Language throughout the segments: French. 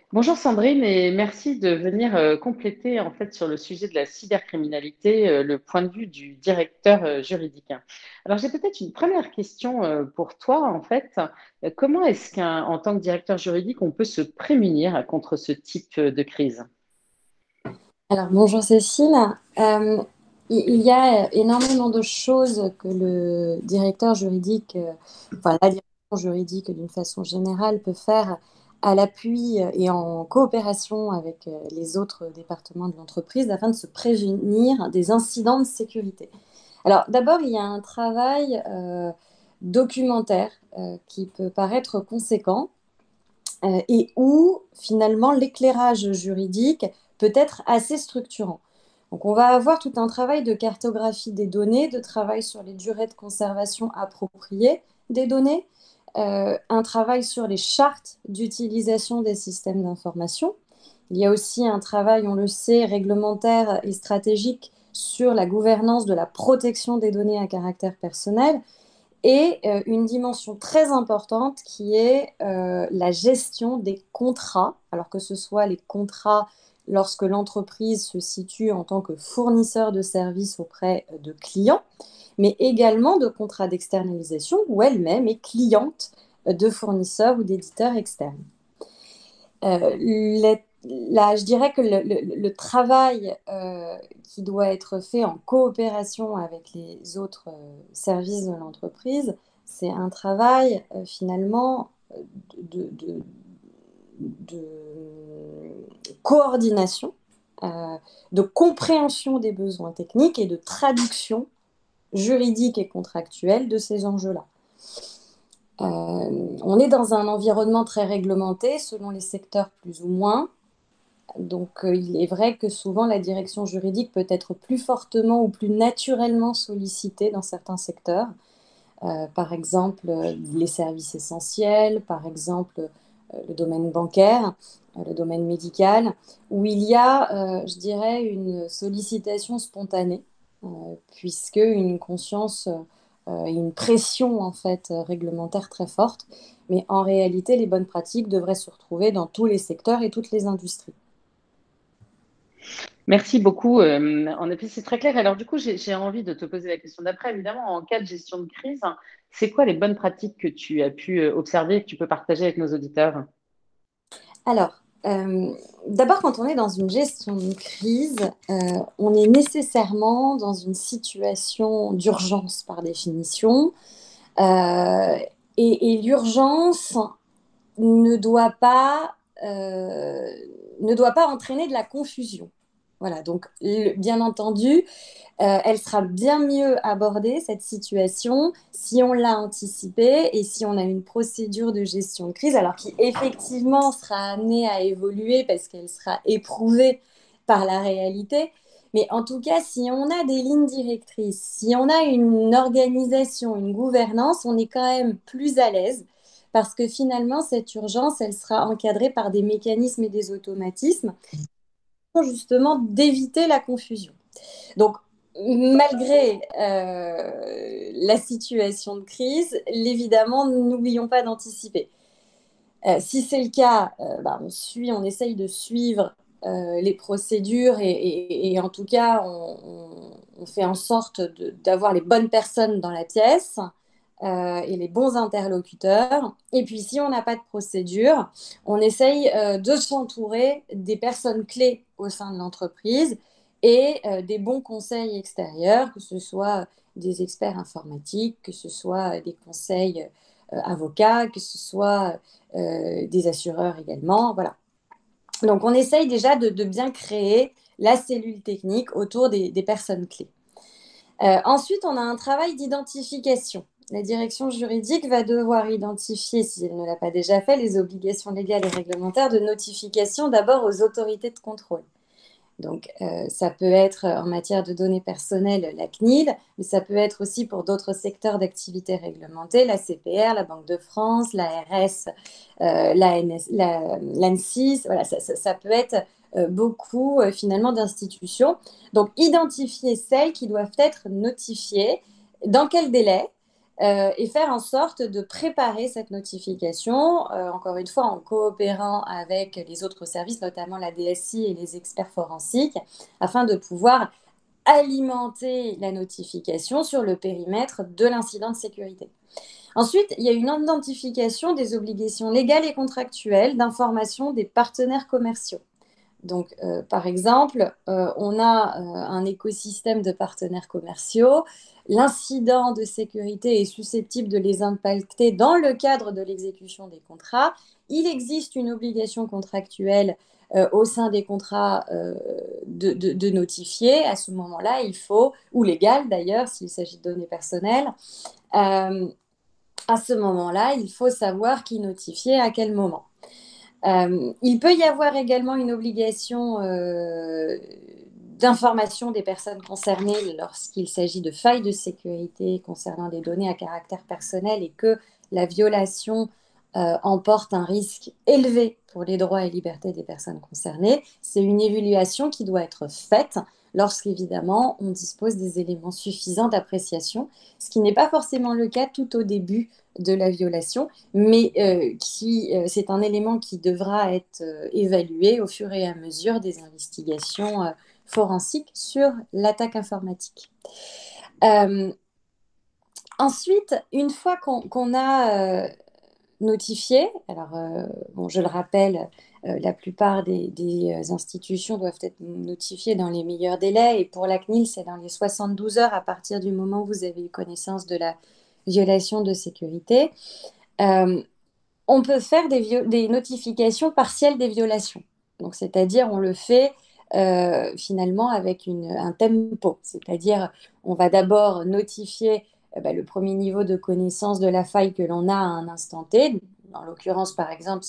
Bonjour Sandrine et merci de venir compléter en fait sur le sujet de la cybercriminalité le point de vue du directeur juridique. Alors j'ai peut-être une première question pour toi en fait. Comment est-ce qu'en tant que directeur juridique on peut se prémunir contre ce type de crise? Alors, bonjour Cécile. Il y a énormément de choses que le directeur juridique, enfin la direction juridique d'une façon générale peut faire à l'appui et en coopération avec les autres départements de l'entreprise afin de se prévenir des incidents de sécurité. Alors, d'abord, il y a un travail documentaire qui peut paraître conséquent et où finalement l'éclairage juridique peut être assez structurant. Donc on va avoir tout un travail de cartographie des données, de travail sur les durées de conservation appropriées des données, un travail sur les chartes d'utilisation des systèmes d'information. Il y a aussi un travail, on le sait, réglementaire et stratégique sur la gouvernance de la protection des données à caractère personnel et une dimension très importante qui est la gestion des contrats, alors que ce soit les contrats lorsque l'entreprise se situe en tant que fournisseur de services auprès de clients, mais également de contrats d'externalisation où elle-même est cliente de fournisseurs ou d'éditeurs externes. Là, je dirais que le travail qui doit être fait en coopération avec les autres services de l'entreprise, c'est un travail finalement de, de- de coordination, euh, de compréhension des besoins techniques et de traduction juridique et contractuelle de ces enjeux-là. On est dans un environnement très réglementé, selon les secteurs plus ou moins. Donc, il est vrai que souvent la direction juridique peut être plus fortement ou plus naturellement sollicitée dans certains secteurs. Par exemple, les services essentiels, par exemple, le domaine bancaire, le domaine médical, où il y a, je dirais, une sollicitation spontanée, euh, puisque une conscience et une pression en fait réglementaire très forte. Mais en réalité, les bonnes pratiques devraient se retrouver dans tous les secteurs et toutes les industries. Merci beaucoup. En effet, c'est très clair. Alors du coup, j'ai envie de te poser la question d'après. Évidemment, en cas de gestion de crise, c'est quoi les bonnes pratiques que tu as pu observer et que tu peux partager avec nos auditeurs? Alors, d'abord, quand on est dans une gestion de crise, on est nécessairement dans une situation d'urgence par définition. Euh, et l'urgence ne doit pas, euh, ne doit pas entraîner de la confusion. Voilà, donc bien entendu, elle sera bien mieux abordée, cette situation, si on l'a anticipée et si on a une procédure de gestion de crise, alors qui effectivement sera amenée à évoluer parce qu'elle sera éprouvée par la réalité. Mais en tout cas, si on a des lignes directrices, si on a une organisation, une gouvernance, on est quand même plus à l'aise parce que finalement, cette urgence, elle sera encadrée par des mécanismes et des automatismes pour justement d'éviter la confusion. Donc, malgré la situation de crise, évidemment, n'oublions pas d'anticiper. Si c'est le cas, bah, on essaye de suivre les procédures et en tout cas, on fait en sorte d'avoir les bonnes personnes dans la pièce et les bons interlocuteurs. Et puis, si on n'a pas de procédure, on essaye de s'entourer des personnes clés au sein de l'entreprise et des bons conseils extérieurs, que ce soit des experts informatiques, que ce soit des conseils avocats, que ce soit des assureurs également. Voilà. Donc, on essaye déjà de bien créer la cellule technique autour des personnes clés. Ensuite, on a un travail d'identification. La direction juridique va devoir identifier, si elle ne l'a pas déjà fait, les obligations légales et réglementaires de notification d'abord aux autorités de contrôle. Donc, ça peut être en matière de données personnelles, la CNIL, mais ça peut être aussi pour d'autres secteurs d'activité réglementée, la CPR, la Banque de France, la RS, l'ANSIS. Voilà, ça peut être beaucoup finalement d'institutions. Donc, identifier celles qui doivent être notifiées, dans quel délai, et faire en sorte de préparer cette notification, encore une fois en coopérant avec les autres services, notamment la DSI et les experts forensiques, afin de pouvoir alimenter la notification sur le périmètre de l'incident de sécurité. Ensuite, il y a une identification des obligations légales et contractuelles d'information des partenaires commerciaux. Donc, par exemple, on a un écosystème de partenaires commerciaux. L'incident de sécurité est susceptible de les impacter dans le cadre de l'exécution des contrats. Il existe une obligation contractuelle au sein des contrats de notifier. À ce moment-là, il faut, ou légal d'ailleurs, s'il s'agit de données personnelles, euh, à ce moment-là, il faut savoir qui notifier à quel moment. Il peut y avoir également une obligation d'information des personnes concernées lorsqu'il s'agit de failles de sécurité concernant des données à caractère personnel et que la violation emporte un risque élevé pour les droits et libertés des personnes concernées. C'est une évaluation qui doit être faite lorsqu'évidemment on dispose des éléments suffisants d'appréciation, ce qui n'est pas forcément le cas tout au début de la violation, mais c'est un élément qui devra être évalué au fur et à mesure des investigations forensiques sur l'attaque informatique. Euh, Ensuite, une fois qu'on a notifié, alors bon, je le rappelle, la plupart des institutions doivent être notifiées dans les meilleurs délais, et pour la CNIL, c'est dans les 72 heures à partir du moment où vous avez eu connaissance de la violation de sécurité. Euh, on peut faire des notifications partielles des violations. Donc, c'est-à-dire, on le fait finalement avec un tempo. C'est-à-dire, on va d'abord notifier le premier niveau de connaissance de la faille que l'on a à un instant T. En l'occurrence, par exemple,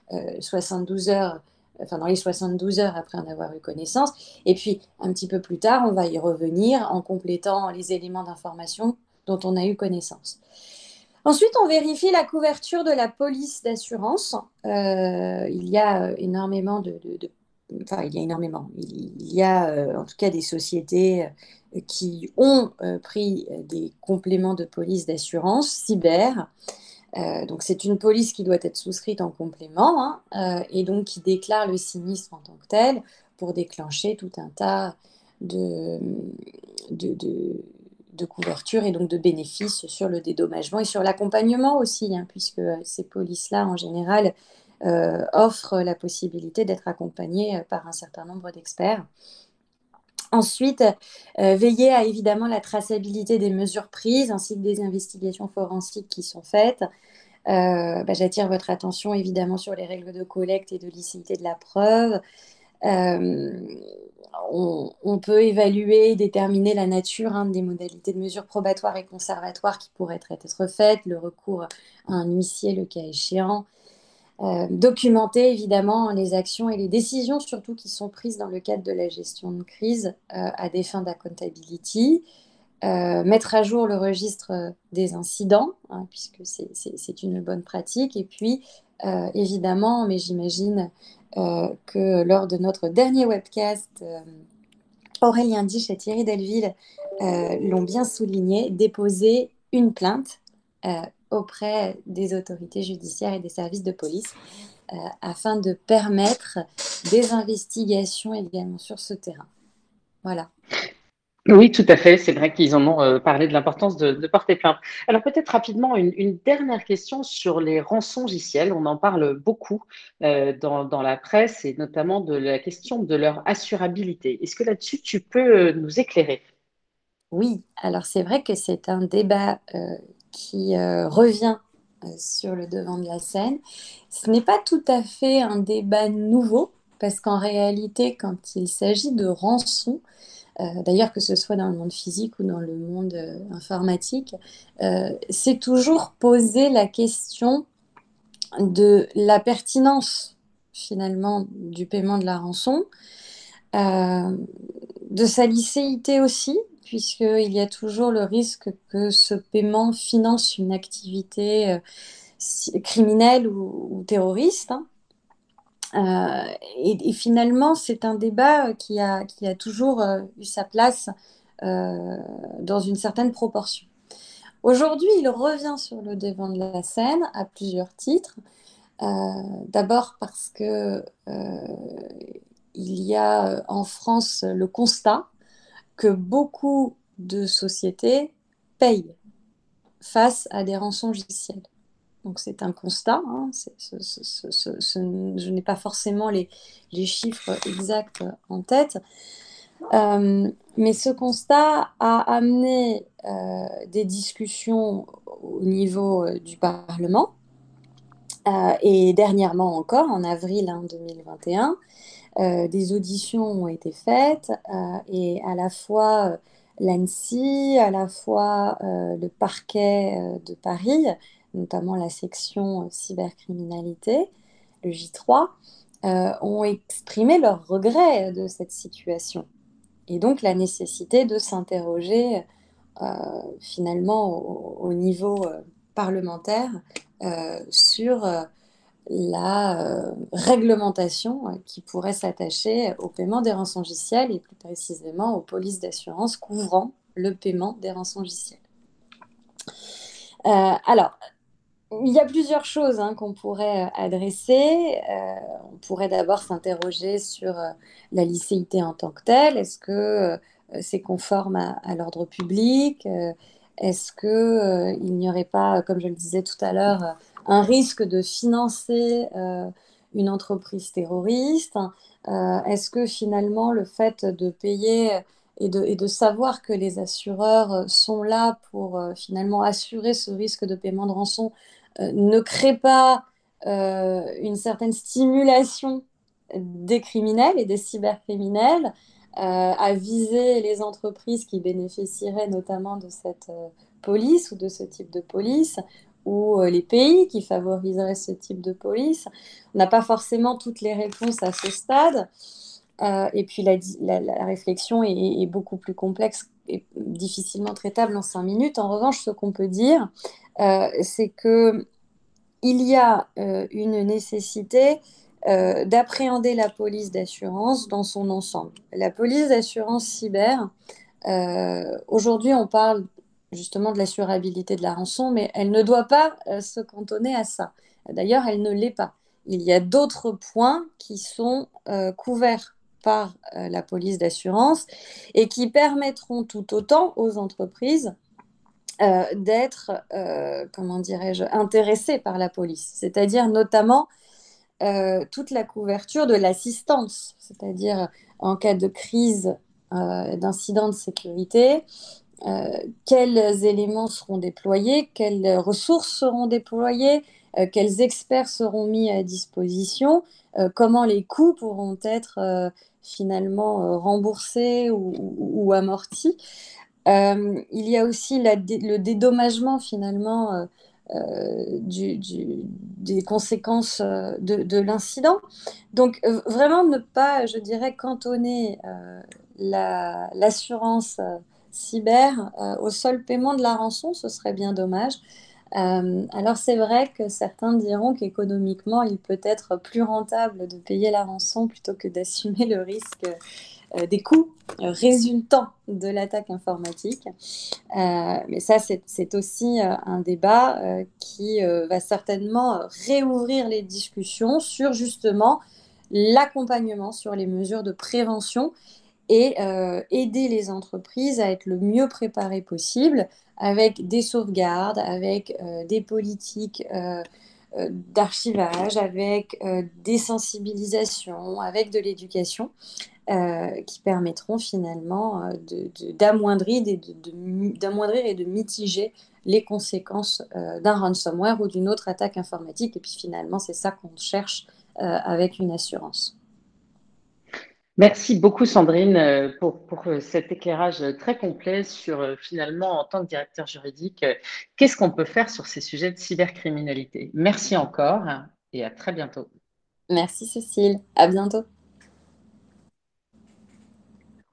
72 heures, enfin dans les 72 heures après en avoir eu connaissance. Et puis, un petit peu plus tard, on va y revenir en complétant les éléments d'information dont on a eu connaissance. Ensuite, on vérifie la couverture de la police d'assurance. Il y a énormément enfin, il y a énormément. Il y a en tout cas des sociétés qui ont pris des compléments de police d'assurance cyber. Donc, c'est une police qui doit être souscrite en complément, hein, et donc qui déclare le sinistre en tant que tel pour déclencher tout un tas de, de, de, de couverture et donc de bénéfices sur le dédommagement et sur l'accompagnement aussi, hein, puisque ces polices-là, en général, offrent la possibilité d'être accompagnées par un certain nombre d'experts. Ensuite, veiller à évidemment la traçabilité des mesures prises ainsi que des investigations forensiques qui sont faites. J'attire votre attention évidemment sur les règles de collecte et de licéité de la preuve. Euh, on peut évaluer, déterminer la nature des modalités de mesures probatoires et conservatoires qui pourraient être faites, le recours à un huissier le cas échéant. Documenter évidemment les actions et les décisions surtout qui sont prises dans le cadre de la gestion de crise à des fins d'accountability. Mettre à jour le registre des incidents, hein, puisque c'est une bonne pratique. Et puis, évidemment, mais j'imagine que lors de notre dernier webcast, Aurélien Dich et Thierry Delville l'ont bien souligné, déposer une plainte auprès des autorités judiciaires et des services de police afin de permettre des investigations également sur ce terrain. Voilà. Oui, tout à fait. C'est vrai qu'ils en ont parlé de l'importance de porter plainte. Alors peut-être rapidement une dernière question sur les rançongiciels. On en parle beaucoup dans la presse et notamment de la question de leur assurabilité. Est-ce que là-dessus, tu peux nous éclairer? Oui, alors c'est vrai que c'est un débat qui revient sur le devant de la scène. Ce n'est pas tout à fait un débat nouveau, parce qu'en réalité, quand il s'agit de rançon, d'ailleurs que ce soit dans le monde physique ou dans le monde informatique, c'est toujours poser la question de la pertinence finalement du paiement de la rançon, euh, de sa licéité aussi, puisqu'il y a toujours le risque que ce paiement finance une activité criminelle ou terroriste, hein. Et finalement, c'est un débat qui a toujours eu sa place dans une certaine proportion. Aujourd'hui, il revient sur le devant de la scène à plusieurs titres. Euh, D'abord parce que il y a en France le constat que beaucoup de sociétés payent face à des rançongiciels. Donc c'est un constat, hein, je n'ai pas forcément les chiffres exacts en tête, mais ce constat a amené des discussions au niveau du Parlement, et dernièrement encore, en avril 2021, des auditions ont été faites, et à la fois l'ANSSI, à la fois le parquet de Paris, notamment la section cybercriminalité, le J3, ont exprimé leur regret de cette situation. Et donc la nécessité de s'interroger finalement au niveau parlementaire sur la réglementation qui pourrait s'attacher au paiement des rançongiciels et plus précisément aux polices d'assurance couvrant le paiement des rançongiciels. Alors, il y a plusieurs choses qu'on pourrait adresser. On pourrait d'abord s'interroger sur la licéité en tant que telle. Est-ce que c'est conforme à l'ordre public? Est-ce que il n'y aurait pas, comme je le disais tout à l'heure, un risque de financer une entreprise terroriste? Est-ce que finalement le fait de payer et de savoir que les assureurs sont là pour finalement assurer ce risque de paiement de rançon ne crée pas une certaine stimulation des criminels et des cybercriminels à viser les entreprises qui bénéficieraient notamment de cette police ou de ce type de police, ou les pays qui favoriseraient ce type de police. On n'a pas forcément toutes les réponses à ce stade. Et puis la réflexion est beaucoup plus complexe et difficilement traitable en 5 minutes. En revanche, ce qu'on peut dire, c'est que il y a une nécessité d'appréhender la police d'assurance dans son ensemble. La police d'assurance cyber, aujourd'hui on parle justement de l'assurabilité de la rançon, mais elle ne doit pas se cantonner à ça. D'ailleurs, elle ne l'est pas. Il y a d'autres points qui sont couverts par la police d'assurance et qui permettront tout autant aux entreprises d'être, comment dirais-je, intéressés par la police, c'est-à-dire notamment toute la couverture de l'assistance, c'est-à-dire en cas de crise, d'incident de sécurité, quels éléments seront déployés, quelles ressources seront déployées, quels experts seront mis à disposition, comment les coûts pourront être finalement remboursés ou amortis. Il y a aussi le dédommagement finalement des conséquences de l'incident. Donc vraiment ne pas, je dirais, cantonner l'assurance cyber au seul paiement de la rançon, ce serait bien dommage. Alors c'est vrai que certains diront qu'économiquement, il peut être plus rentable de payer la rançon plutôt que d'assumer le risque des coûts résultant de l'attaque informatique. Mais ça, c'est aussi un débat qui va certainement réouvrir les discussions sur justement l'accompagnement, sur les mesures de prévention et aider les entreprises à être le mieux préparées possible avec des sauvegardes, avec des politiques d'archivage, avec des sensibilisations, avec de l'éducation qui permettront finalement d'amoindrir et de mitiger les conséquences d'un ransomware ou d'une autre attaque informatique. Et puis finalement, c'est ça qu'on cherche avec une assurance. Merci beaucoup Sandrine pour cet éclairage très complet sur finalement en tant que directeur juridique, qu'est-ce qu'on peut faire sur ces sujets de cybercriminalité. Merci encore et à très bientôt. Merci Cécile, à bientôt.